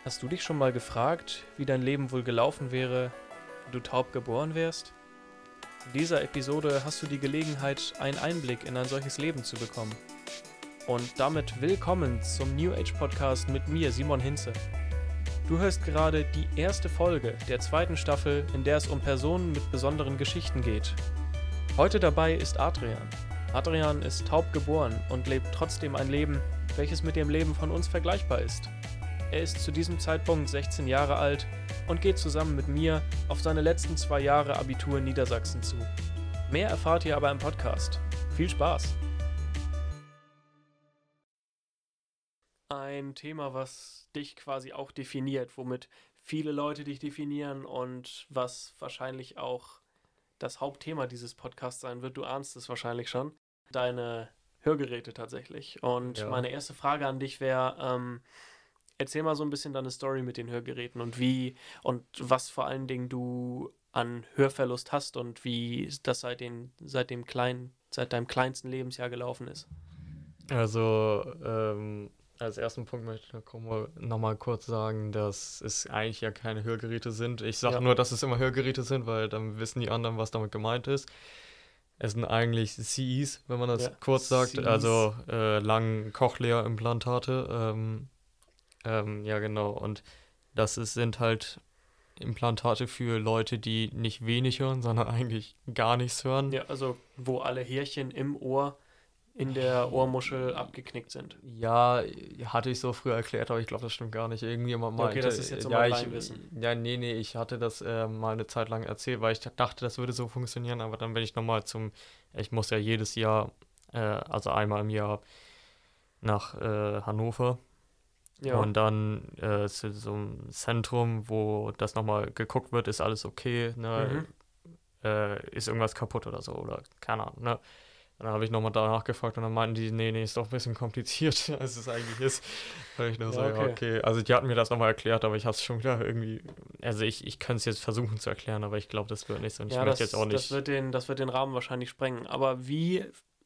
Hast du dich schon mal gefragt, wie dein Leben wohl gelaufen wäre, wenn du taub geboren wärst? In dieser Episode hast du die Gelegenheit, einen Einblick in ein solches Leben zu bekommen. Und damit willkommen zum New Age Podcast mit mir, Simon Hinze. Du hörst gerade die erste Folge der zweiten Staffel, in der es um Personen mit besonderen Geschichten geht. Heute dabei ist Adrian. Adrian ist taub geboren und lebt trotzdem ein Leben, welches mit dem Leben von uns vergleichbar ist. Er ist zu diesem Zeitpunkt 16 Jahre alt und geht zusammen mit mir auf seine letzten 2 Jahre Abitur in Niedersachsen zu. Mehr erfahrt ihr aber im Podcast. Viel Spaß! Ein Thema, was dich quasi auch definiert, womit viele Leute dich definieren und was wahrscheinlich auch das Hauptthema dieses Podcasts sein wird. Du ahnst es wahrscheinlich schon. Deine Hörgeräte tatsächlich. Und Meine erste Frage an dich wäre, erzähl mal so ein bisschen deine Story mit den Hörgeräten und wie und was vor allen Dingen du an Hörverlust hast und wie das seit deinem kleinsten Lebensjahr gelaufen ist. Also, als ersten Punkt möchte ich noch mal kurz sagen, dass es eigentlich ja keine Hörgeräte sind. Ich sage nur, dass es immer Hörgeräte sind, weil dann wissen die anderen, was damit gemeint ist. Es sind eigentlich CEs, wenn man das kurz sagt, CEs. also lang Cochlea-Implantate. Ja, genau. Und sind halt Implantate für Leute, die nicht wenig hören, sondern eigentlich gar nichts hören. Ja, also wo alle Härchen im Ohr in der Ohrmuschel abgeknickt sind. Ja, hatte ich so früher erklärt, aber ich glaube, das stimmt gar nicht. Irgendjemand meinte... Okay, das ist jetzt so mal Laienwissen. Nee, ich hatte das mal eine Zeit lang erzählt, weil ich dachte, das würde so funktionieren, aber dann bin ich nochmal ich muss ja jedes Jahr, also einmal im Jahr nach Hannover. Ja. Und dann zu so einem Zentrum, wo das nochmal geguckt wird, ist alles okay, ne? Ist irgendwas kaputt oder so, oder keine Ahnung, ne? Dann habe ich nochmal danach gefragt und dann meinten die, nee, ist doch ein bisschen kompliziert, als es eigentlich ist. Weil ich nur so, okay. Also die hatten mir das nochmal erklärt, aber ich habe es schon wieder irgendwie, also ich könnte es jetzt versuchen zu erklären, aber ich glaube, das wird nicht so. Und ich möchte jetzt auch nicht. Das wird den Rahmen wahrscheinlich sprengen. Aber wie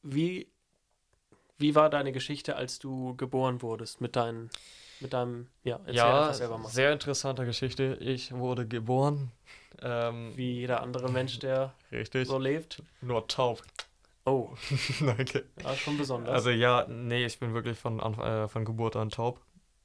war deine Geschichte, als du geboren wurdest mit deinem, erzähl einfach selber mal. Sehr interessante Geschichte. Ich wurde geboren. Wie jeder andere Mensch, der so lebt. Nur taub. Oh. Okay. Ja, schon besonders. Also ich bin wirklich von Geburt an taub.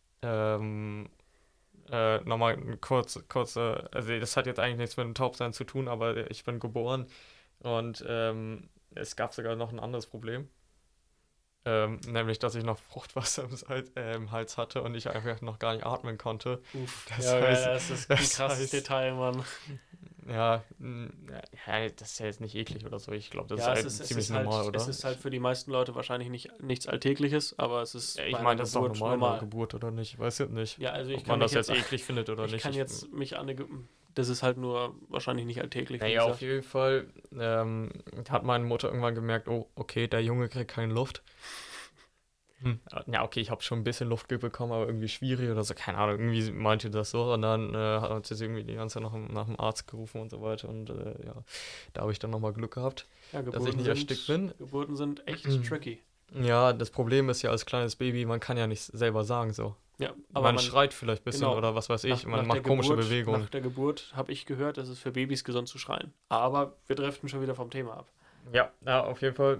Nochmal kurz, also das hat jetzt eigentlich nichts mit dem Taubsein zu tun, aber ich bin geboren und es gab sogar noch ein anderes Problem. Nämlich, dass ich noch Fruchtwasser im Hals hatte und ich einfach noch gar nicht atmen konnte. Das ist ein krasses Detail, Mann. Ja, das ist ja jetzt nicht eklig oder so. Ich glaube, das ist ziemlich normal, oder? Es ist halt für die meisten Leute wahrscheinlich nichts Alltägliches, aber es ist ich meine, das ist doch normal bei einer Geburt, oder nicht? Ich weiß jetzt nicht, ja, also ob man das jetzt eklig findet oder nicht. Das ist halt nur wahrscheinlich nicht alltäglich. Naja, auf jeden Fall hat meine Mutter irgendwann gemerkt, oh, okay, der Junge kriegt keine Luft. Ja, okay, ich habe schon ein bisschen Luft bekommen, aber irgendwie schwierig oder so, keine Ahnung, irgendwie meinte das so und dann hat sie irgendwie die ganze Zeit nach dem Arzt gerufen und so weiter und da habe ich dann nochmal Glück gehabt, dass ich nicht erstickt bin. Geburten sind echt tricky. Ja, das Problem ist ja als kleines Baby, man kann ja nicht selber sagen so. Ja, aber man schreit vielleicht ein bisschen oder was weiß ich, man macht komische Bewegungen. Nach der Geburt habe ich gehört, es ist für Babys gesund zu schreien. Aber wir driften schon wieder vom Thema ab. Ja, auf jeden Fall.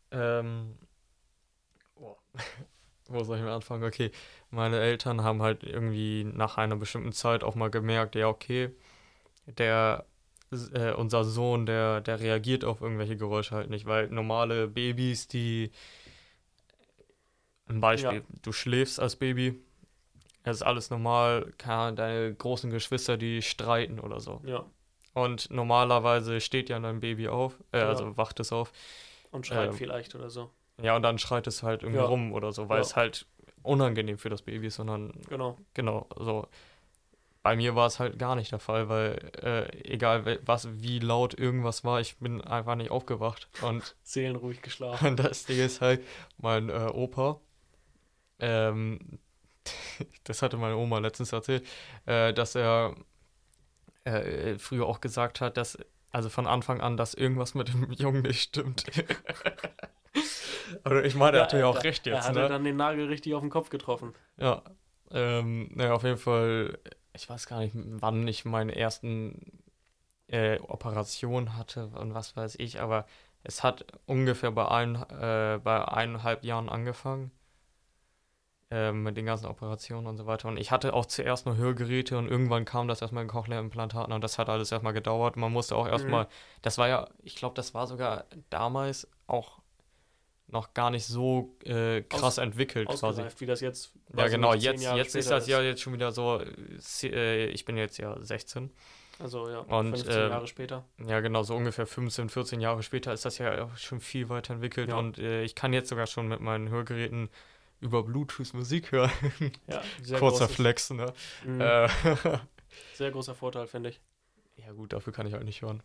Wo soll ich mal anfangen? Okay, meine Eltern haben halt irgendwie nach einer bestimmten Zeit auch mal gemerkt, ja okay, unser Sohn, der reagiert auf irgendwelche Geräusche halt nicht, weil normale Babys, ein Beispiel, du schläfst als Baby, es ist alles normal, deine großen Geschwister, die streiten oder so. Ja. Und normalerweise steht ja dein Baby auf, also wacht es auf. Und schreit vielleicht oder so. Ja, und dann schreit es halt irgendwie rum oder so, weil es halt unangenehm für das Baby ist, sondern genau, so. Bei mir war es halt gar nicht der Fall, weil egal wie laut irgendwas war, ich bin einfach nicht aufgewacht und seelenruhig geschlafen. Und das Ding ist halt, mein Opa, das hatte meine Oma letztens erzählt, dass er früher auch gesagt hat, dass, also von Anfang an, dass irgendwas mit dem Jungen nicht stimmt. Also ich meine, er hatte ja auch recht jetzt. Er hatte dann den Nagel richtig auf den Kopf getroffen. Ja, Naja, auf jeden Fall, ich weiß gar nicht, wann ich meine ersten Operationen hatte und was weiß ich, aber es hat ungefähr bei 1,5 Jahren angefangen, mit den ganzen Operationen und so weiter. Und ich hatte auch zuerst nur Hörgeräte und irgendwann kam das erstmal in Cochlea-Implantaten und das hat alles erstmal gedauert. Man musste auch Mhm. erstmal, das war ja, ich glaube, das war sogar damals auch noch gar nicht so krass Aus, entwickelt quasi. ausgereift, wie das jetzt, Ja, weiß ich genau, nicht, 10 jetzt, Jahre jetzt ist später das ja ist. jetzt schon wieder so, ich bin jetzt ja 16 Also ja, und 15 Jahre später. ja, genau, so ungefähr 15, 14 Jahre später ist das ja auch schon viel weiter entwickelt Ja, und ich kann jetzt sogar schon mit meinen Hörgeräten über Bluetooth Musik hören. ja, Kurzer Flex, ne? mhm, Äh, sehr großer Vorteil, finde ich. ja gut, dafür kann ich halt nicht hören.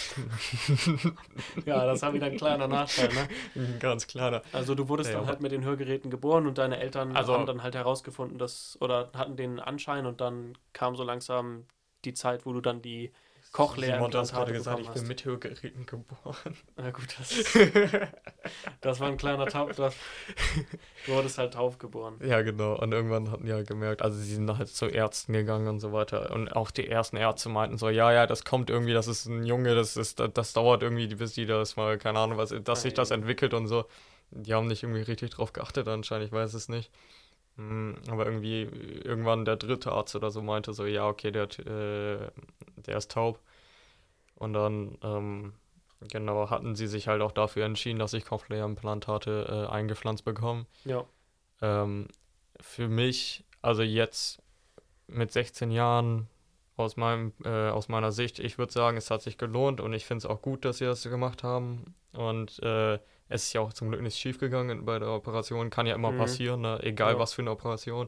Ja, das ist wieder ein kleiner Nachteil, ne? Ganz klar. Da. Also du wurdest Nee, dann aber, halt mit den Hörgeräten geboren und deine Eltern haben also, dann halt herausgefunden, dass, oder hatten den Anschein und dann kam so langsam die Zeit, wo du dann die Simon, du hast gerade Cochlea-Implantate gesagt, bekommen ich bin hast. mit Hörgeräten geboren. Na gut, das war ein kleiner Taub, du wurdest halt taub geboren. Ja, genau. Und irgendwann hatten die halt gemerkt, also sie sind halt zu Ärzten gegangen und so weiter. Und auch die ersten Ärzte meinten so, ja, ja, das kommt irgendwie, das ist ein Junge, das dauert irgendwie, bis die das mal, keine Ahnung, dass sich das Ei. entwickelt und so. Die haben nicht irgendwie richtig drauf geachtet anscheinend, ich weiß es nicht. Aber irgendwie irgendwann der dritte Arzt oder so meinte so, ja, okay, der ist taub. Und dann, genau, hatten sie sich halt auch dafür entschieden, dass ich Cochlea-Implantate eingepflanzt bekomme. Ja, Ähm, für mich, also jetzt mit 16 Jahren aus meiner Sicht, ich würde sagen, es hat sich gelohnt und ich finde es auch gut, dass sie das gemacht haben. Und es ist ja auch zum Glück nicht schief gegangen bei der Operation. Kann ja immer mhm. passieren, ne? Egal Ja. was für eine Operation.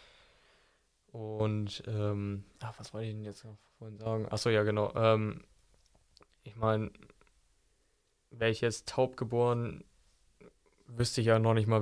Und, was wollte ich denn jetzt noch vorhin sagen? Achso, ja, genau. Ich meine, wäre ich jetzt taub geboren, wüsste ich ja noch nicht mal,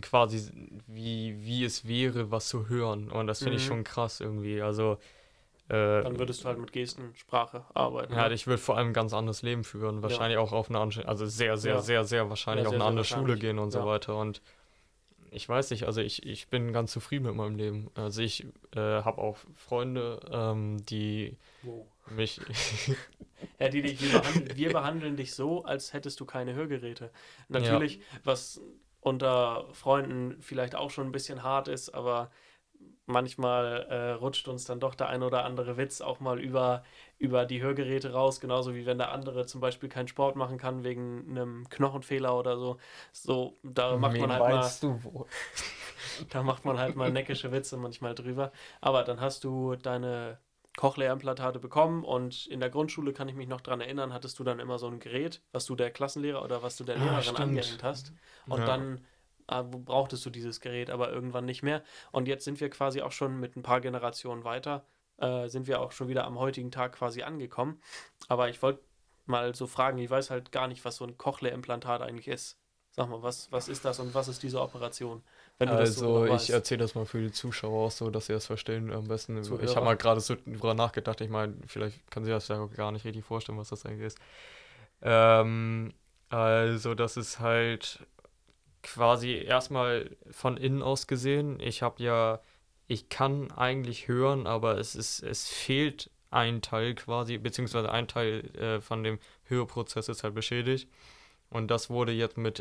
wie es wäre, was zu hören. Und das finde ich Mhm. schon krass irgendwie. Also, äh, Dann würdest du halt mit Gestensprache arbeiten, ja, ne? ich würde vor allem ein ganz anderes Leben führen. Ja, Wahrscheinlich auch auf eine andere, also sehr, sehr, ja, sehr, sehr ja, wahrscheinlich auf sehr, eine sehr andere Schule wahrscheinlich. gehen und so Ja, weiter. Und ich weiß nicht, also ich bin ganz zufrieden mit meinem Leben. Also ich habe auch Freunde, die wow. mich, Ja, wir behandeln dich so, als hättest du keine Hörgeräte. ja, Natürlich, was unter Freunden vielleicht auch schon ein bisschen hart ist, aber manchmal rutscht uns dann doch der ein oder andere Witz auch mal über die Hörgeräte raus, genauso wie wenn der andere zum Beispiel keinen Sport machen kann wegen einem Knochenfehler oder so. So, wen meinst du wohl? da macht man halt mal neckische Witze manchmal drüber. Aber dann hast du deine Cochlea-Implantate bekommen und in der Grundschule kann ich mich noch dran erinnern, hattest du dann immer so ein Gerät, was du der Klassenlehrer oder was du der Ah, Lehrerin stimmt. angehängt hast. Und Ja. dann brauchtest du dieses Gerät aber irgendwann nicht mehr. Und jetzt sind wir quasi auch schon mit ein paar Generationen weiter, sind wir auch schon wieder am heutigen Tag quasi angekommen. Aber ich wollte mal so fragen, ich weiß halt gar nicht, was so ein Cochlea-Implantat eigentlich ist. Sag mal, was ist das und was ist diese Operation, wenn du das so Also, genau ich weißt? erzähle das mal für die Zuschauer auch so, dass sie das verstehen am besten. Ich habe Zuhörer. mal gerade so drüber nachgedacht. Ich meine, vielleicht können sie das ja gar nicht richtig vorstellen, was das eigentlich ist. Ähm, also, das ist halt quasi erstmal von innen aus gesehen. Ich kann eigentlich hören, aber es fehlt ein Teil quasi, beziehungsweise ein Teil von dem Hörprozess ist halt beschädigt. Und das wurde jetzt mit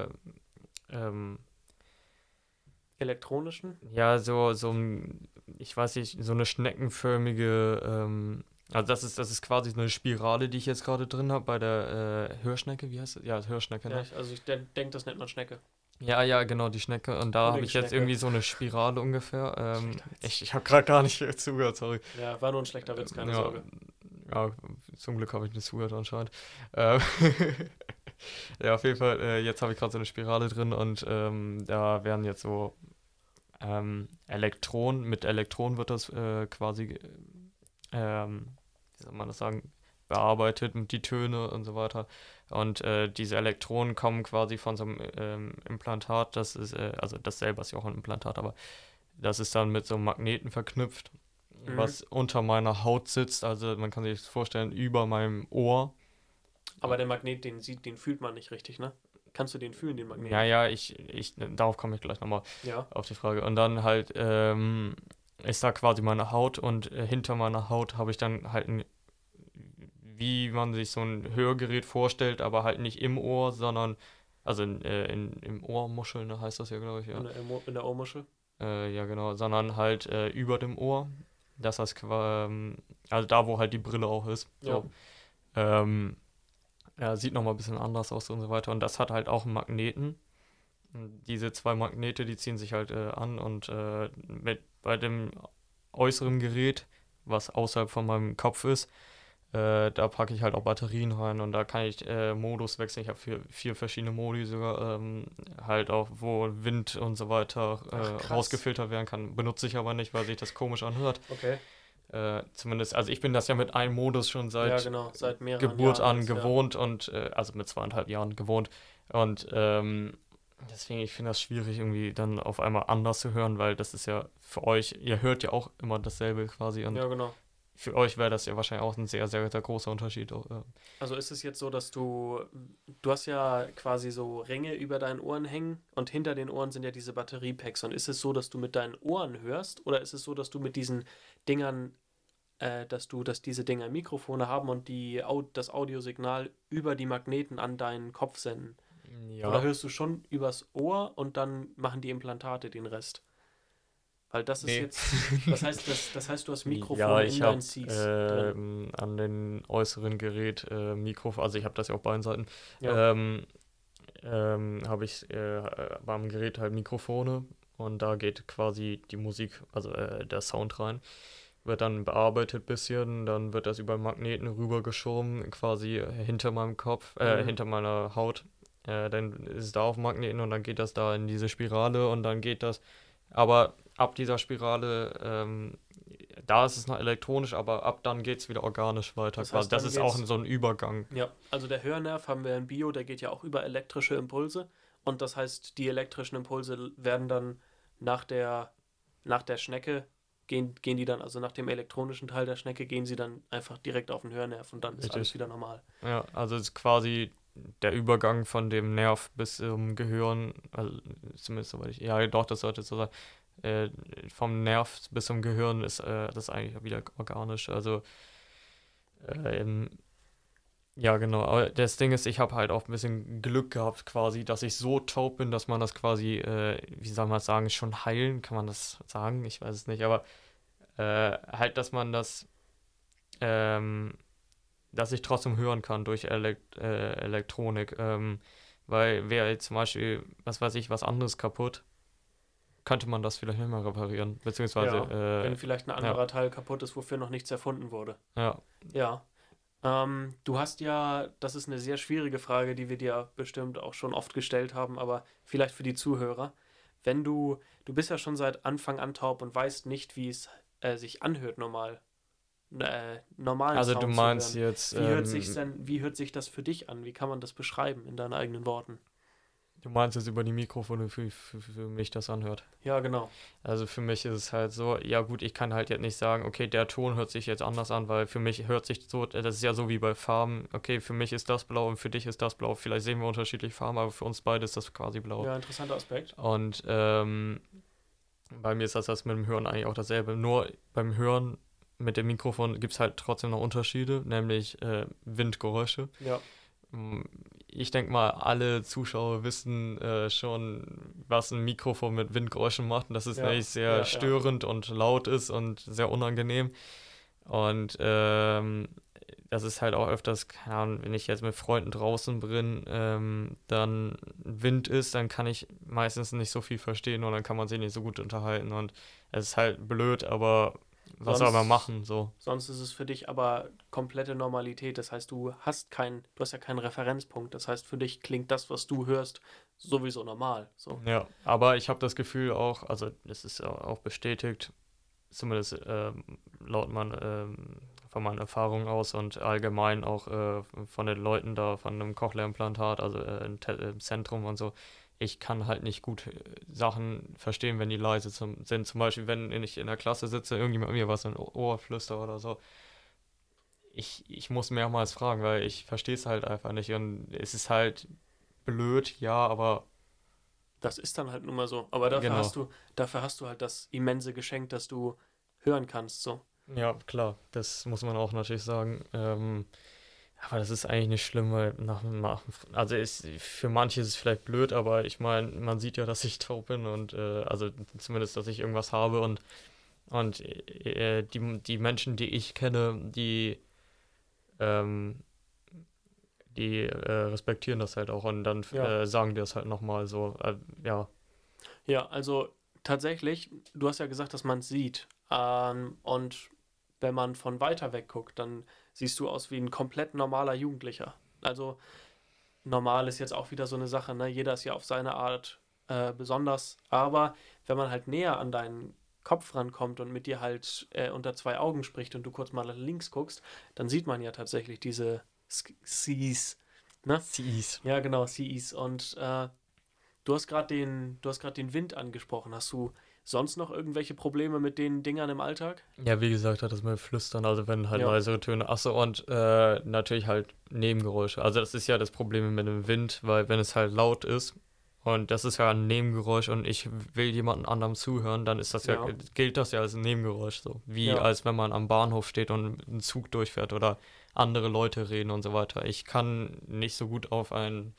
ähm, Elektronischen? ja, ich weiß nicht, so eine schneckenförmige, also das ist quasi so eine Spirale, die ich jetzt gerade drin habe bei der Hörschnecke, wie heißt das? Ja, Hörschnecke, Ja, ne? also ich denke, das nennt man Schnecke. Ja, ja, genau, die Schnecke. Und da habe ich jetzt Puddingschnecke. irgendwie so eine Spirale ungefähr. Schlechter Witz. Ich habe gerade gar nicht zugehört, sorry. Ja, war nur ein schlechter Witz, keine Ja, Sorge. ja, zum Glück habe ich nicht zugehört anscheinend. Ähm, ja, auf jeden Fall, jetzt habe ich gerade so eine Spirale drin und da werden jetzt so mit Elektronen wird das quasi, wie soll man das sagen, bearbeitet mit die Töne und so weiter. Und diese Elektronen kommen quasi von so einem Implantat, also das selber ist ja auch ein Implantat, aber das ist dann mit so einem Magneten verknüpft, Mhm. was unter meiner Haut sitzt, also man kann sich das vorstellen, über meinem Ohr. Aber der Magnet, den fühlt man nicht richtig, ne? Kannst du den fühlen, den Magneten? Ja, darauf komme ich gleich nochmal Ja. auf die Frage. Und dann halt ist da quasi meine Haut und hinter meiner Haut habe ich dann halt wie man sich so ein Hörgerät vorstellt, aber halt nicht im Ohr, sondern, also im Ohrmuschel, ne, heißt das ja, glaube ich, ja. In der Ohrmuschel? Ja, genau, sondern halt über dem Ohr. Das heißt, also da, wo halt die Brille auch ist. Ja. So. Ja, sieht nochmal ein bisschen anders aus und so weiter. Und das hat halt auch einen Magneten. Und diese zwei Magnete, die ziehen sich halt an und bei dem äußeren Gerät, was außerhalb von meinem Kopf ist, da packe ich halt auch Batterien rein und da kann ich Modus wechseln. Ich habe vier verschiedene Modi sogar, halt auch, wo Wind und so weiter rausgefiltert werden kann. Benutze ich aber nicht, weil sich das komisch anhört. Okay. Zumindest, also ich bin das ja mit einem Modus schon Ja, genau, seit mehreren Geburt Jahren an jetzt, ja. gewohnt und also mit 2,5 Jahren gewohnt. Und deswegen, ich finde das schwierig, irgendwie dann auf einmal anders zu hören, weil das ist ja für euch, ihr hört ja auch immer dasselbe quasi und Ja, genau. für euch wäre das ja wahrscheinlich auch ein sehr, sehr, sehr großer Unterschied. Auch, Also ist es jetzt so, dass du hast ja quasi so Ringe über deinen Ohren hängen und hinter den Ohren sind ja diese Batteriepacks. Und ist es so, dass du mit deinen Ohren hörst oder ist es so, dass du mit diesen Dingern, dass diese Dinger Mikrofone haben und das Audiosignal über die Magneten an deinen Kopf senden? Oder Ja, hörst du schon übers Ohr und dann machen die Implantate den Rest? Weil das ist nee. jetzt, das heißt, du hast Mikrofone Ja, in ich deinen habe Cs drin. an den äußeren Gerät Mikrofon, also ich habe das ja auf beiden Seiten, Ja. habe ich beim Gerät halt Mikrofone und da geht quasi die Musik, also der Sound rein, wird dann bearbeitet bisschen, dann wird das über Magneten rübergeschoben, quasi hinter meinem Kopf, Mhm. hinter meiner Haut. Dann ist es da auf dem Magneten und dann geht das da in diese Spirale und dann geht das, aber ab dieser Spirale, da ist es noch elektronisch, aber ab dann geht es wieder organisch weiter Das quasi. heißt, Das dann ist auch geht's. so ein Übergang. Ja, also der Hörnerv haben wir im Bio, der geht ja auch über elektrische Impulse. Und das heißt, die elektrischen Impulse werden dann nach der, nach der Schnecke, gehen die dann, also nach dem elektronischen Teil der Schnecke, gehen sie dann einfach direkt auf den Hörnerv und dann ist alles Richtig. wieder normal. Ja, also es ist quasi der Übergang von dem Nerv bis zum Gehirn, also zumindest soweit ja doch, das sollte so sein, vom Nerv bis zum Gehirn ist das eigentlich wieder organisch, also ähm, ja genau, aber das Ding ist, ich habe halt auch ein bisschen Glück gehabt quasi, dass ich so taub bin, dass man das quasi, wie soll man das sagen, schon heilen, kann man das sagen? Ich weiß es nicht, aber halt, dass man das, ähm, dass ich trotzdem hören kann durch Elektronik. Weil wäre jetzt zum Beispiel, was weiß ich, was anderes kaputt, könnte man das vielleicht nicht mehr reparieren. Ja, Beziehungsweise, wenn vielleicht ein ja, anderer Teil kaputt ist, wofür noch nichts erfunden wurde. ja. Ja. Du hast ja, das ist eine sehr schwierige Frage, die wir dir bestimmt auch schon oft gestellt haben, aber vielleicht für die Zuhörer. Wenn du bist ja schon seit Anfang an taub und weißt nicht, wie es sich anhört, normalen Also du Sound zu meinst hören. jetzt, Wie hört sich das für dich an? Wie kann man das beschreiben in deinen eigenen Worten? du meinst jetzt über die Mikrofone, für mich das anhört. Ja, genau. Also für mich ist es halt so, ja gut, ich kann halt jetzt nicht sagen, okay, der Ton hört sich jetzt anders an, weil für mich hört sich so, das ist ja so wie bei Farben, okay, für mich ist das blau und für dich ist das blau. Vielleicht sehen wir unterschiedliche Farben, aber für uns beide ist das quasi blau. Ja, interessanter Aspekt. Und bei mir ist das mit dem Hören eigentlich auch dasselbe. Nur beim Hören mit dem Mikrofon gibt es halt trotzdem noch Unterschiede, nämlich Windgeräusche. Ja, Mm, Ich denke mal, alle Zuschauer wissen schon, was ein Mikrofon mit Windgeräuschen macht. Und das ist ja, nämlich sehr ja, ja. störend und laut ist und sehr unangenehm. Und das ist halt auch öfters, keine Ahnung, wenn ich jetzt mit Freunden draußen bin, dann Wind ist, dann kann ich meistens nicht so viel verstehen und dann kann man sich nicht so gut unterhalten. Und es ist halt blöd, aber was soll man Sonst, machen? So. sonst ist es für dich aber komplette Normalität. Das heißt, du hast ja keinen Referenzpunkt. Das heißt, für dich klingt das, was du hörst, sowieso normal. So. Ja, aber ich habe das Gefühl auch, also es ist ja auch bestätigt, zumindest von meinen Erfahrungen aus und allgemein auch von den Leuten da, von einem Cochlea-Implantat, also im Zentrum und so. Ich kann halt nicht gut Sachen verstehen, wenn die leise sind. Zum Beispiel, wenn ich in der Klasse sitze, irgendjemand mir was in Ohr flüstert oder so. Ich muss mehrmals fragen, weil ich verstehe es halt einfach nicht. Und es ist halt blöd, ja, aber Das ist dann halt nun mal so. Aber dafür genau. dafür hast du halt das immense Geschenk, dass du hören kannst, so. Ja, klar, das muss man auch natürlich sagen. Aber das ist eigentlich nicht schlimm, weil also für manche ist es vielleicht blöd, aber ich meine, man sieht ja, dass ich taub bin und also zumindest, dass ich irgendwas habe und die Menschen, die ich kenne, ähm, die respektieren das halt auch und dann Ja. sagen die das halt nochmal so, ja, Ja, also tatsächlich, du hast ja gesagt, dass man es sieht. Und wenn man von weiter weg guckt, dann siehst du aus wie ein komplett normaler Jugendlicher. Also normal ist jetzt auch wieder so eine Sache, ne? Jeder ist ja auf seine Art besonders. Aber wenn man halt näher an deinen Kopf rankommt und mit dir halt unter zwei Augen spricht und du kurz mal nach links guckst, dann sieht man ja tatsächlich diese Sees, ne? sie ist. Ja, genau, Sees. Und du hast gerade den Wind angesprochen. Hast du sonst noch irgendwelche Probleme mit den Dingern im Alltag? Ja, wie gesagt, hat das mit Flüstern, also wenn halt Ja, leisere Töne, achso, und natürlich halt Nebengeräusche. Also das ist ja das Problem mit dem Wind, weil wenn es halt laut ist und das ist ja ein Nebengeräusch und ich will jemanden anderem zuhören, dann ist das ja, ja, gilt das ja als ein Nebengeräusch so. Wie ja, als wenn man am Bahnhof steht und ein Zug durchfährt oder andere Leute reden und so weiter. Ich kann nicht so gut auf ein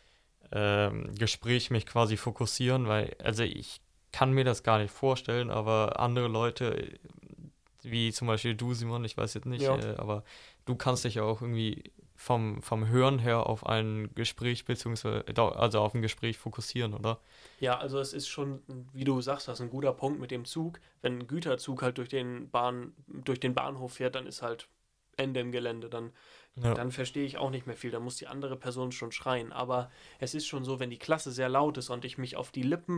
Gespräch mich quasi fokussieren, weil, also ich kann mir das gar nicht vorstellen, aber andere Leute, wie zum Beispiel du, Simon, ich weiß jetzt nicht, ja. aber du kannst dich ja auch irgendwie vom Hören her auf ein Gespräch, beziehungsweise, also auf ein Gespräch fokussieren, oder? Ja, also es ist schon, wie du sagst, das ist ein guter Punkt mit dem Zug. Wenn ein Güterzug halt durch den Bahnhof fährt, dann ist halt Ende im Gelände. Ja. Dann verstehe ich auch nicht mehr viel. Da muss die andere Person schon schreien. Aber es ist schon so, wenn die Klasse sehr laut ist und ich mich auf die Lippen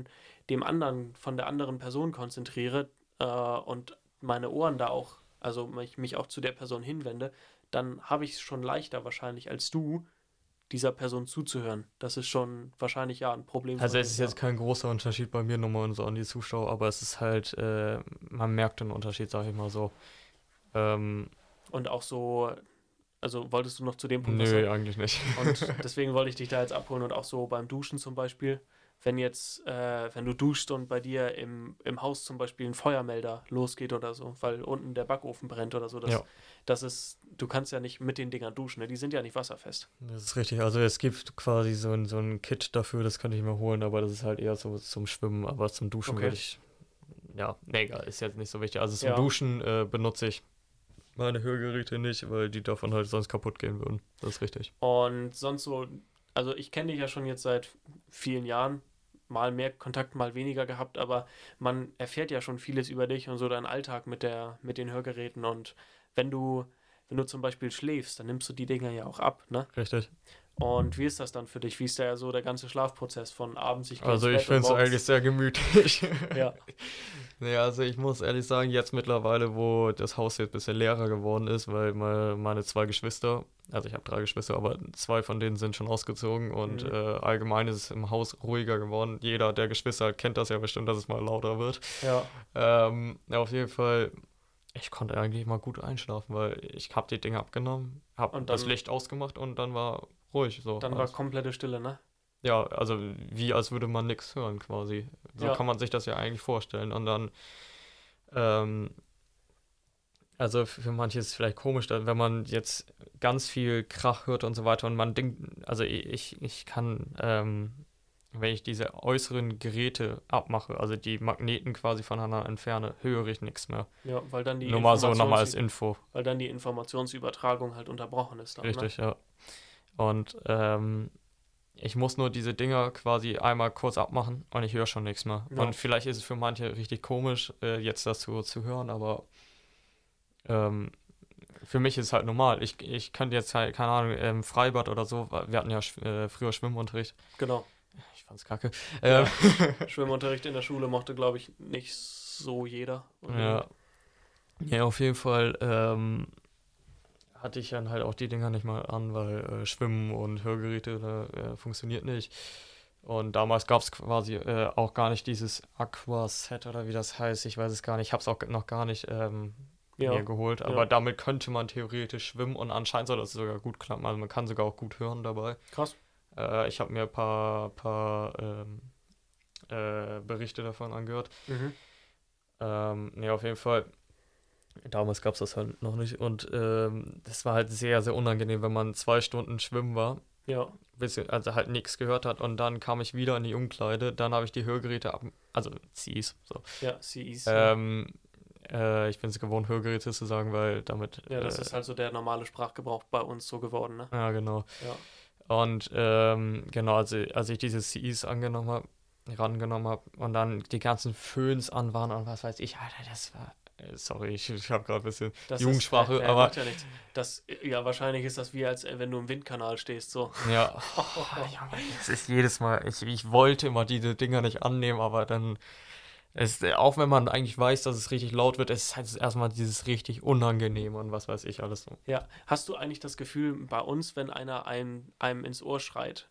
von der anderen Person konzentriere und meine Ohren da auch, also mich auch zu der Person hinwende, dann habe ich es schon leichter wahrscheinlich als du, dieser Person zuzuhören. Das ist schon wahrscheinlich ja ein Problem Also von es dir, ist ja. jetzt kein großer Unterschied bei mir nochmal und so an die Zuschauer, aber es ist halt, man merkt den Unterschied, sag ich mal so. Ähm, Und auch so, also wolltest du noch zu dem Punkt was nö, sagen? eigentlich nicht. Und deswegen wollte ich dich da jetzt abholen und auch so beim Duschen zum Beispiel. Wenn du duschst und bei dir im Haus zum Beispiel ein Feuermelder losgeht oder so, weil unten der Backofen brennt oder so, Ja. du kannst ja nicht mit den Dingern duschen, ne? Die sind ja nicht wasserfest. Das ist richtig. Also es gibt quasi so ein Kit dafür, das könnte ich mir holen, aber das ist halt eher so zum Schwimmen, aber zum Duschen Okay. würde ich. Ja, nee, egal, ist jetzt nicht so wichtig. Also zum Ja. Duschen benutze ich meine Hörgeräte nicht, weil die davon halt sonst kaputt gehen würden. Das ist richtig. Und sonst so, also ich kenne dich ja schon jetzt seit vielen Jahren, mal mehr Kontakt, mal weniger gehabt, aber man erfährt ja schon vieles über dich und so deinen Alltag mit den Hörgeräten. Und wenn du, wenn du zum Beispiel schläfst, dann nimmst du die Dinger ja auch ab, ne? Richtig. Und wie ist das dann für dich? Wie ist da so der ganze Schlafprozess von abends, ich gehe ins Also ich Bett und finde es eigentlich morgens? sehr gemütlich. Ja, Nee, also ich muss ehrlich sagen, jetzt mittlerweile, wo das Haus jetzt ein bisschen leerer geworden ist, weil meine zwei Geschwister, also ich habe drei Geschwister, aber zwei von denen sind schon ausgezogen und mhm. allgemein ist es im Haus ruhiger geworden. Jeder der Geschwister kennt das ja bestimmt, dass es mal lauter wird. Ja. Ja, auf jeden Fall, ich konnte eigentlich mal gut einschlafen, weil ich habe die Dinge abgenommen, habe Und das Licht ausgemacht und dann war ruhig so dann war alles. komplette Stille, ne? Ja, also wie als würde man nichts hören quasi. So Ja, kann man sich das ja eigentlich vorstellen. Und dann, ähm, also für manche ist es vielleicht komisch, wenn man jetzt ganz viel Krach hört und so weiter und man denkt, also ich kann, wenn ich diese äußeren Geräte abmache, also die Magneten quasi voneinander entferne, höre ich nichts mehr. ja, Nur mal so nochmal als Info. weil dann die Informationsübertragung halt unterbrochen ist dann, ne? Richtig, ja. Und ich muss nur diese Dinger quasi einmal kurz abmachen und ich höre schon nichts mehr. Ja, Und vielleicht ist es für manche richtig komisch, jetzt das zu hören, aber ähm, für mich ist es halt normal. Ich könnte jetzt halt, keine Ahnung, im Freibad oder so, weil wir hatten ja früher Schwimmunterricht. genau. Ich fand's kacke. Ja, Schwimmunterricht in der Schule mochte, glaube ich, nicht so jeder Ja, unbedingt. ja, auf jeden Fall hatte ich dann halt auch die Dinger nicht mal an, weil Schwimmen und Hörgeräte funktioniert nicht. Und damals gab es quasi auch gar nicht dieses Aquaset oder wie das heißt. Ich weiß es gar nicht. Ich habe es auch noch gar nicht mir Ja, geholt. ja, Aber damit könnte man theoretisch schwimmen und anscheinend soll das sogar gut klappen. Also man kann sogar auch gut hören dabei. krass. Ich habe mir ein paar Berichte davon angehört. Nee, auf jeden Fall. Damals gab es das halt noch nicht. Und das war halt sehr, sehr unangenehm, wenn man 2 Stunden schwimmen war. Ja. Also halt nichts gehört hat. Und dann kam ich wieder in die Umkleide. Dann habe ich die Hörgeräte also CEs. So. Ja, CEs. Ich bin es gewohnt, Hörgeräte zu sagen, weil damit. Ja, das ist halt so der normale Sprachgebrauch bei uns so geworden, ne? Ja, genau. Ja. Und genau, als ich diese CEs rangenommen habe und dann die ganzen Föhns an waren und was weiß ich, Alter, das war. Sorry, ich habe gerade ein bisschen Jugendsprache, aber. Macht ja nichts. Ja, wahrscheinlich ist das wie, als wenn du im Windkanal stehst, so. Ja, es ist jedes Mal. Ich wollte immer diese Dinger nicht annehmen, aber dann. Auch wenn man eigentlich weiß, dass es richtig laut wird, es ist halt erstmal dieses richtig unangenehm und was weiß ich alles so. Ja, hast du eigentlich das Gefühl bei uns, wenn einer einem ins Ohr schreit?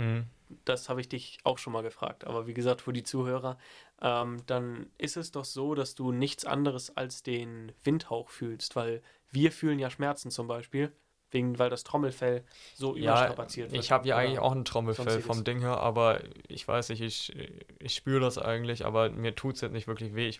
Das habe ich dich auch schon mal gefragt, aber wie gesagt, für die Zuhörer, dann ist es doch so, dass du nichts anderes als den Windhauch fühlst, weil wir fühlen ja Schmerzen zum Beispiel, weil das Trommelfell so überstrapaziert wird. Ich habe ja oder eigentlich auch ein Trommelfell sonstiges. vom Ding her, aber ich weiß nicht, ich spüre das eigentlich, aber mir tut es jetzt nicht wirklich weh.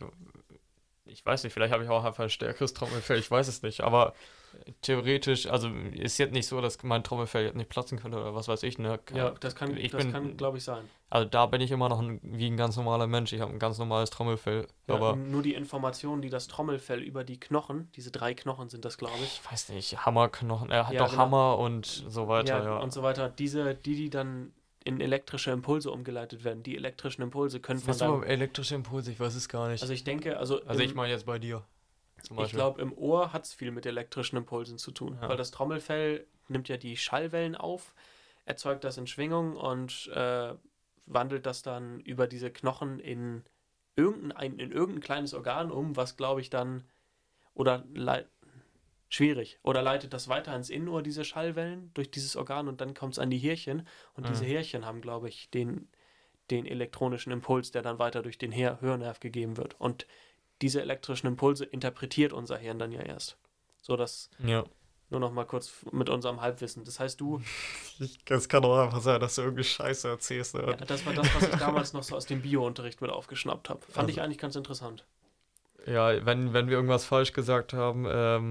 Ich weiß nicht, vielleicht habe ich auch einfach ein stärkeres Trommelfell, ich weiß es nicht, aber theoretisch, also ist jetzt nicht so, dass mein Trommelfell jetzt nicht platzen könnte oder was weiß ich, ne? Ja, das kann, glaube ich, sein. Also da bin ich immer noch wie ein ganz normaler Mensch, ich habe ein ganz normales Trommelfell, Ja, aber nur die Information, die das Trommelfell über die Knochen, diese 3 Knochen sind das, glaube ich. ich weiß nicht, Hammerknochen, er hat Ja, doch genau. Hammer und so weiter, ja. Und so weiter. Die dann in elektrische Impulse umgeleitet werden. Die elektrischen Impulse können von Bist du beim deinem... elektrischen Impuls? Ich weiß es gar nicht. Also ich denke, Also ich meine jetzt bei dir zum ich Beispiel. glaube, im Ohr hat es viel mit elektrischen Impulsen zu tun, Ja. weil das Trommelfell nimmt ja die Schallwellen auf, erzeugt das in Schwingung und wandelt das dann über diese Knochen in irgendein kleines Organ um, was, glaube ich, dann oder schwierig. Oder leitet das weiter ins Innenohr, diese Schallwellen, durch dieses Organ und dann kommt es an die Härchen. Und diese Härchen haben, glaube ich, den elektronischen Impuls, der dann weiter durch den Hörnerv gegeben wird. Und diese elektrischen Impulse interpretiert unser Hirn dann ja erst. So, das Ja. nur noch mal kurz mit unserem Halbwissen. Das heißt, Das kann doch einfach sein, dass du irgendwie Scheiße erzählst. Ne? ja, das war das, was ich damals noch so aus dem Bio-Unterricht mit aufgeschnappt habe. Fand ich eigentlich ganz interessant. Ja, wenn wir irgendwas falsch gesagt haben,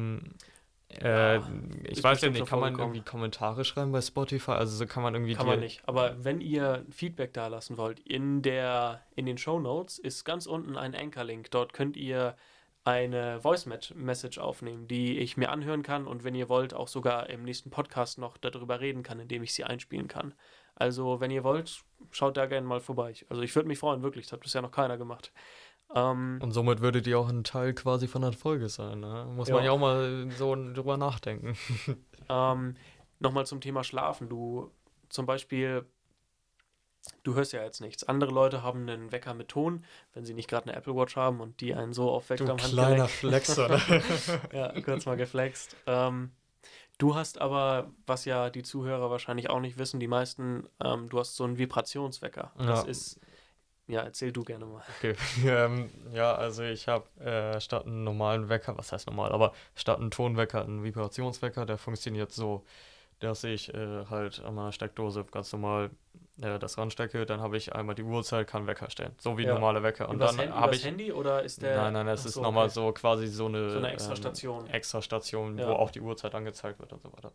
ich ist weiß ja bestimmt nicht, schon kann man vorgekommen. irgendwie Kommentare schreiben bei Spotify? Also so kann man irgendwie Kann man nicht. Aber wenn ihr Feedback da lassen wollt, in den Shownotes ist ganz unten ein Anchor-Link. Dort könnt ihr eine Voice-Message aufnehmen, die ich mir anhören kann und wenn ihr wollt, auch sogar im nächsten Podcast noch darüber reden kann, indem ich sie einspielen kann. Also, wenn ihr wollt, schaut da gerne mal vorbei. Also, ich würde mich freuen, wirklich. Das hat bisher noch keiner gemacht. Und somit würdet ihr auch ein Teil quasi von der Folge sein. Ne? Muss man ja auch mal so drüber nachdenken. Nochmal zum Thema Schlafen. Zum Beispiel, du hörst ja jetzt nichts. Andere Leute haben einen Wecker mit Ton, wenn sie nicht gerade eine Apple Watch haben und die einen so aufweckt Du am kleiner Handgelenk. Flexer. Ne? Ja, kurz mal geflext. Du hast aber, was ja die Zuhörer wahrscheinlich auch nicht wissen, die meisten, du hast so einen Vibrationswecker. Das Ja. ist, ja, erzähl du gerne mal. Okay. Ja, also ich habe statt einem normalen Wecker, was heißt normal, aber statt einem Tonwecker einen Vibrationswecker, der funktioniert so, dass ich halt an meiner Steckdose ganz normal das ranstecke, dann habe ich einmal die Uhrzeit, kann Wecker stellen, so wie Ja. normale Wecker. Und Übers dann habe ich Handy oder ist der... Nein, es Ach ist so, nochmal okay. so quasi so eine extra Station. Extrastation, Ja. wo auch die Uhrzeit angezeigt wird und so weiter.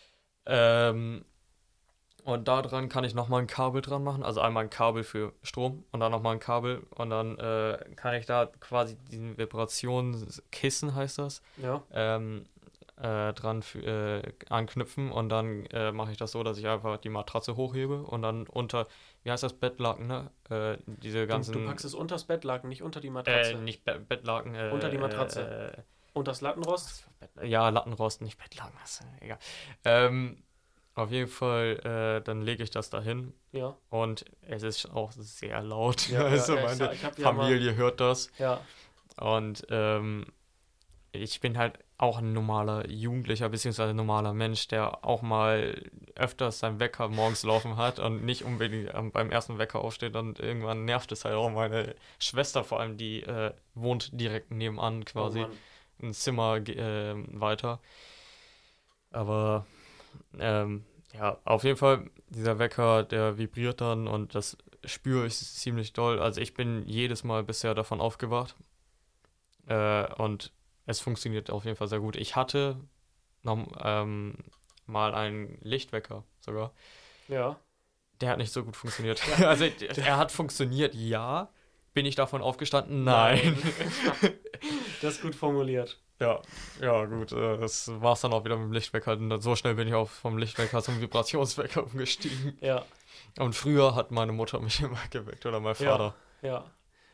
Und da dran kann ich nochmal ein Kabel dran machen, also einmal ein Kabel für Strom und dann nochmal ein Kabel und dann kann ich da quasi diesen Vibrationskissen, heißt das, Ja. dran anknüpfen und dann mache ich das so, dass ich einfach die Matratze hochhebe und dann unter, wie heißt das, Bettlaken, ne? Diese ganzen... Du packst es unters Bettlaken, nicht unter die Matratze. nicht Bettlaken. Unter die Matratze. Und das Lattenrost? Ja, Lattenrost, nicht Bettlaken, ist egal. Auf jeden Fall, dann lege ich das dahin Ja. und es ist auch sehr laut. Ja, also ja, meine ich hab ja Familie hört das. Ja. Und ich bin halt auch ein normaler Jugendlicher, beziehungsweise normaler Mensch, der auch mal öfters seinen Wecker morgens laufen hat und nicht unbedingt beim ersten Wecker aufsteht und irgendwann nervt es halt auch meine Schwester vor allem, die wohnt direkt nebenan quasi, Oh Mann. ein Zimmer weiter. Aber Ja, auf jeden Fall, dieser Wecker, der vibriert dann und das spüre ich ziemlich doll. Also ich bin jedes Mal bisher davon aufgewacht und es funktioniert auf jeden Fall sehr gut. Ich hatte noch, mal einen Lichtwecker sogar. Ja. Der hat nicht so gut funktioniert. Ja. Also er hat funktioniert, ja. Bin ich davon aufgestanden? Nein. Nein. Das ist gut formuliert. Ja, ja, gut. Das war's dann auch wieder mit dem Lichtwecker. Und dann so schnell bin ich auch vom Lichtwecker zum Vibrationswecker umgestiegen. Ja, Und früher hat meine Mutter mich immer geweckt oder mein ja, Vater. ja.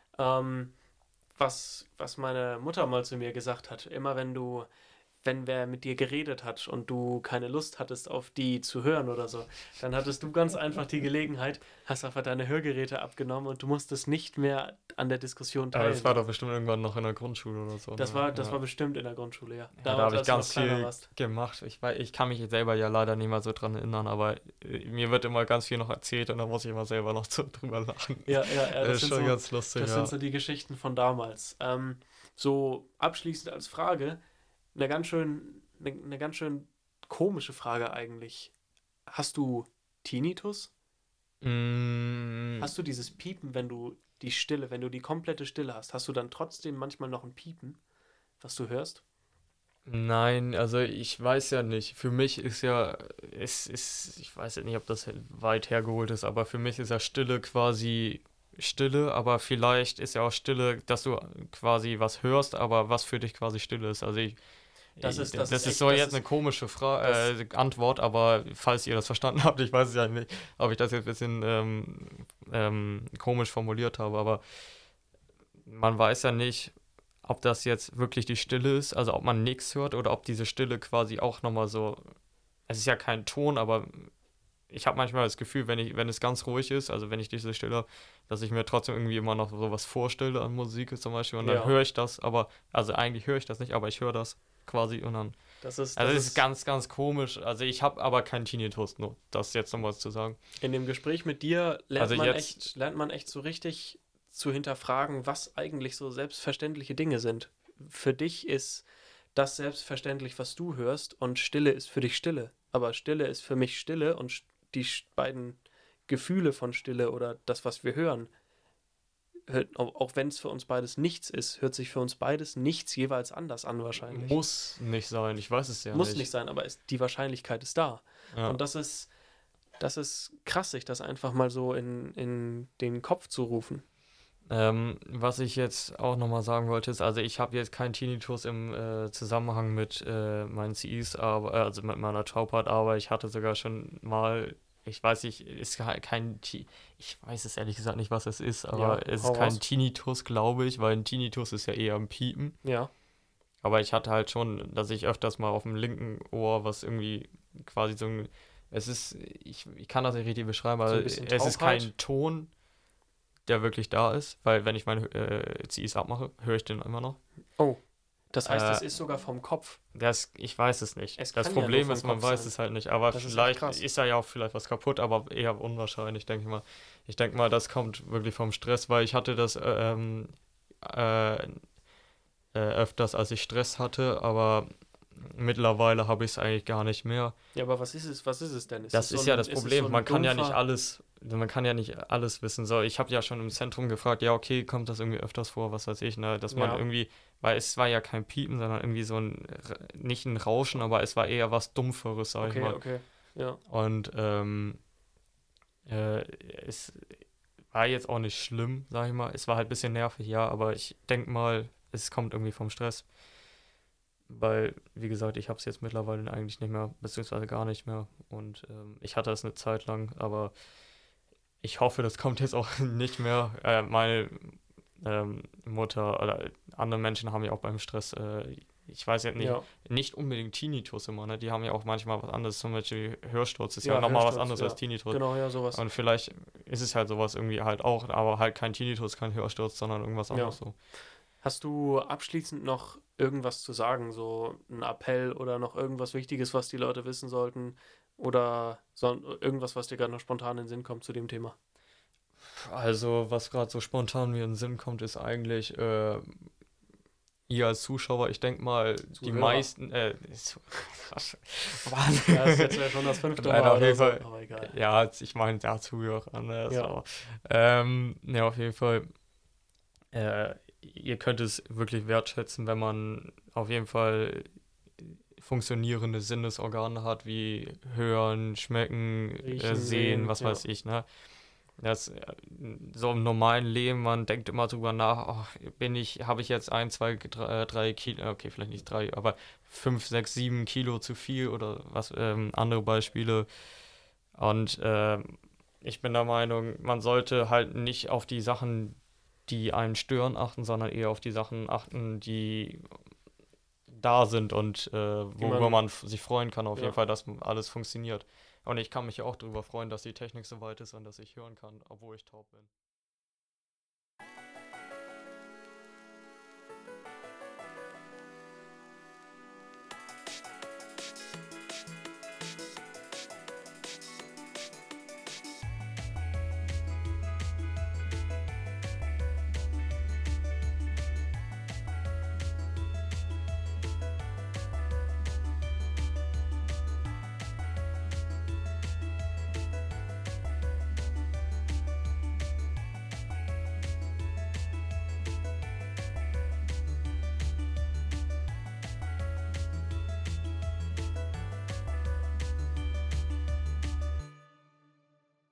Was meine Mutter mal zu mir gesagt hat, immer wenn wer mit dir geredet hat und du keine Lust hattest, auf die zu hören oder so, dann hattest du ganz einfach die Gelegenheit, hast einfach deine Hörgeräte abgenommen und du musstest nicht mehr an der Diskussion Aber das war doch teilnehmen. bestimmt irgendwann noch in der Grundschule oder so. Das Ne? war bestimmt in der Grundschule, ja. Ja, da Damals, habe ich als du noch ganz kleiner viel warst. gemacht. Ich kann mich selber ja leider nicht mehr so dran erinnern, aber mir wird immer ganz viel noch erzählt und da muss ich immer selber noch so drüber lachen. Ja, Das ist schon ganz lustig, das ja. sind so die Geschichten von damals. So abschließend als Frage, eine ganz schön komische Frage eigentlich. Hast du Tinnitus? Mm, Hast du dieses Piepen, wenn du die komplette Stille hast, hast du dann trotzdem manchmal noch ein Piepen, was du hörst? nein, also ich weiß ja nicht. Für mich ist ja, ich weiß ja nicht, ob das weit hergeholt ist, aber für mich ist ja Stille quasi Stille, aber vielleicht ist ja auch Stille, dass du quasi was hörst, aber was für dich quasi Stille ist. Also Das ist das ist echt, so jetzt eine komische das, Antwort, aber falls ihr das verstanden habt, ich weiß es ja nicht, ob ich das jetzt ein bisschen komisch formuliert habe, aber man weiß ja nicht, ob das jetzt wirklich die Stille ist, also ob man nichts hört oder ob diese Stille quasi auch nochmal so, es ist ja kein Ton, aber ich habe manchmal das Gefühl, wenn es ganz ruhig ist, also wenn ich diese Stille habe, dass ich mir trotzdem irgendwie immer noch sowas vorstelle an Musik zum Beispiel und dann ja, höre ich das, aber, also eigentlich höre ich das nicht, aber ich höre das quasi und dann, also das es ist ist ganz, ganz komisch, also ich habe aber keinen Tinnitus, nur das jetzt nochmal zu sagen. in dem Gespräch mit dir Also jetzt, lernt man echt so richtig zu hinterfragen, was eigentlich so selbstverständliche Dinge sind. Für dich ist das selbstverständlich, was du hörst, und Stille ist für dich Stille. Aber Stille ist für mich Stille und beiden Gefühle von Stille oder das, was wir hören, auch wenn es für uns beides nichts ist, hört sich für uns beides nichts jeweils anders an wahrscheinlich. muss nicht sein, ich weiß es ja Muss nicht nicht. sein, aber die Wahrscheinlichkeit ist da. Ja. Und das ist krass, sich das einfach mal so in den Kopf zu rufen. Was ich jetzt auch nochmal sagen wollte, ist, also ich habe jetzt keinen Tinnitus im Zusammenhang mit meinen CIs, aber, also mit meiner Taubheit, aber ich hatte sogar schon mal, ich weiß nicht, ich weiß es ehrlich gesagt nicht, was es ist, Ja, aber es ist hau kein raus. Tinnitus, glaube ich, weil ein Tinnitus ist ja eher ein Piepen. Ja, Aber ich hatte halt schon, dass ich öfters mal auf dem linken Ohr, was irgendwie quasi so ein, es ist, ich kann das nicht richtig beschreiben, so aber ein bisschen es ist Taubheit. kein Ton, der wirklich da ist, weil wenn ich meine CIs abmache, höre ich den immer noch. Oh, das heißt, Äh, es ist sogar vom Kopf. ich weiß es nicht. Es Das kann ja nur Problem vom ist, man Kopf weiß sein. es halt nicht. Aber Das ist echt vielleicht krass. ist da ja auch vielleicht was kaputt, aber eher unwahrscheinlich, denke ich mal. Ich denke mal, das kommt wirklich vom Stress, weil ich hatte das äh, öfters, als ich Stress hatte, aber mittlerweile habe ich es eigentlich gar nicht mehr. Ja, aber was ist es denn? Das ist ja das Ist es so Problem. ein dumpfer, Man kann ja nicht alles wissen. So, ich habe ja schon im Zentrum gefragt, ja, okay, kommt das irgendwie öfters vor, was weiß ich, ne, dass man ja, irgendwie, weil es war ja kein Piepen, sondern irgendwie so nicht ein Rauschen, aber es war eher was Dumpferes, sag ich okay, mal. okay, ja, Und äh, es war jetzt auch nicht schlimm, sag ich mal. Es war halt ein bisschen nervig, ja, aber ich denke mal, es kommt irgendwie vom Stress. Weil, wie gesagt, ich habe es jetzt mittlerweile eigentlich nicht mehr, beziehungsweise gar nicht mehr. Und ich hatte es eine Zeit lang, aber ich hoffe, das kommt jetzt auch nicht mehr. Meine Mutter oder andere Menschen haben ja auch beim Stress, ich weiß ja nicht, ja, nicht unbedingt Tinnitus immer, ne? Die haben ja auch manchmal was anderes, zum Beispiel Hörsturz ist ja ja, nochmal was Hörsturz, anderes als ja, Tinnitus. genau, ja, sowas. Und vielleicht ist es halt sowas irgendwie halt auch, aber halt kein Tinnitus, kein Hörsturz, sondern irgendwas Ja. anderes so. Hast du abschließend noch irgendwas zu sagen, so ein Appell oder noch irgendwas Wichtiges, was die Leute wissen sollten oder irgendwas, was dir gerade noch spontan in den Sinn kommt zu dem Thema? Also, was gerade so spontan mir in den Sinn kommt, ist eigentlich, ihr als Zuschauer, ich denke mal, die Zuhörer. meisten, Ja, das ist jetzt ja schon das 5. Nein, Mal auf oder jeden so, Fall. aber egal. Ja, ich meine, ja, Zuhörer, ne, Ja. so. Ja, auf jeden Fall. Ihr könnt es wirklich wertschätzen, wenn man auf jeden Fall funktionierende Sinnesorgane hat, wie Hören, Schmecken, Riechen, Sehen, sehen, was ja. weiß ich, ne? Das, so im normalen Leben, man denkt immer drüber nach, habe ich jetzt 3 Kilo, okay, vielleicht nicht 3, aber 5, 6, 7 Kilo zu viel oder was, andere Beispiele. Und ich bin der Meinung, man sollte halt nicht auf die Sachen, die einen stören, achten, sondern eher auf die Sachen achten, die da sind und Die worüber man, man sich freuen kann, auf ja. jeden Fall, dass alles funktioniert. Und ich kann mich ja auch darüber freuen, dass die Technik so weit ist und dass ich hören kann, obwohl ich taub bin.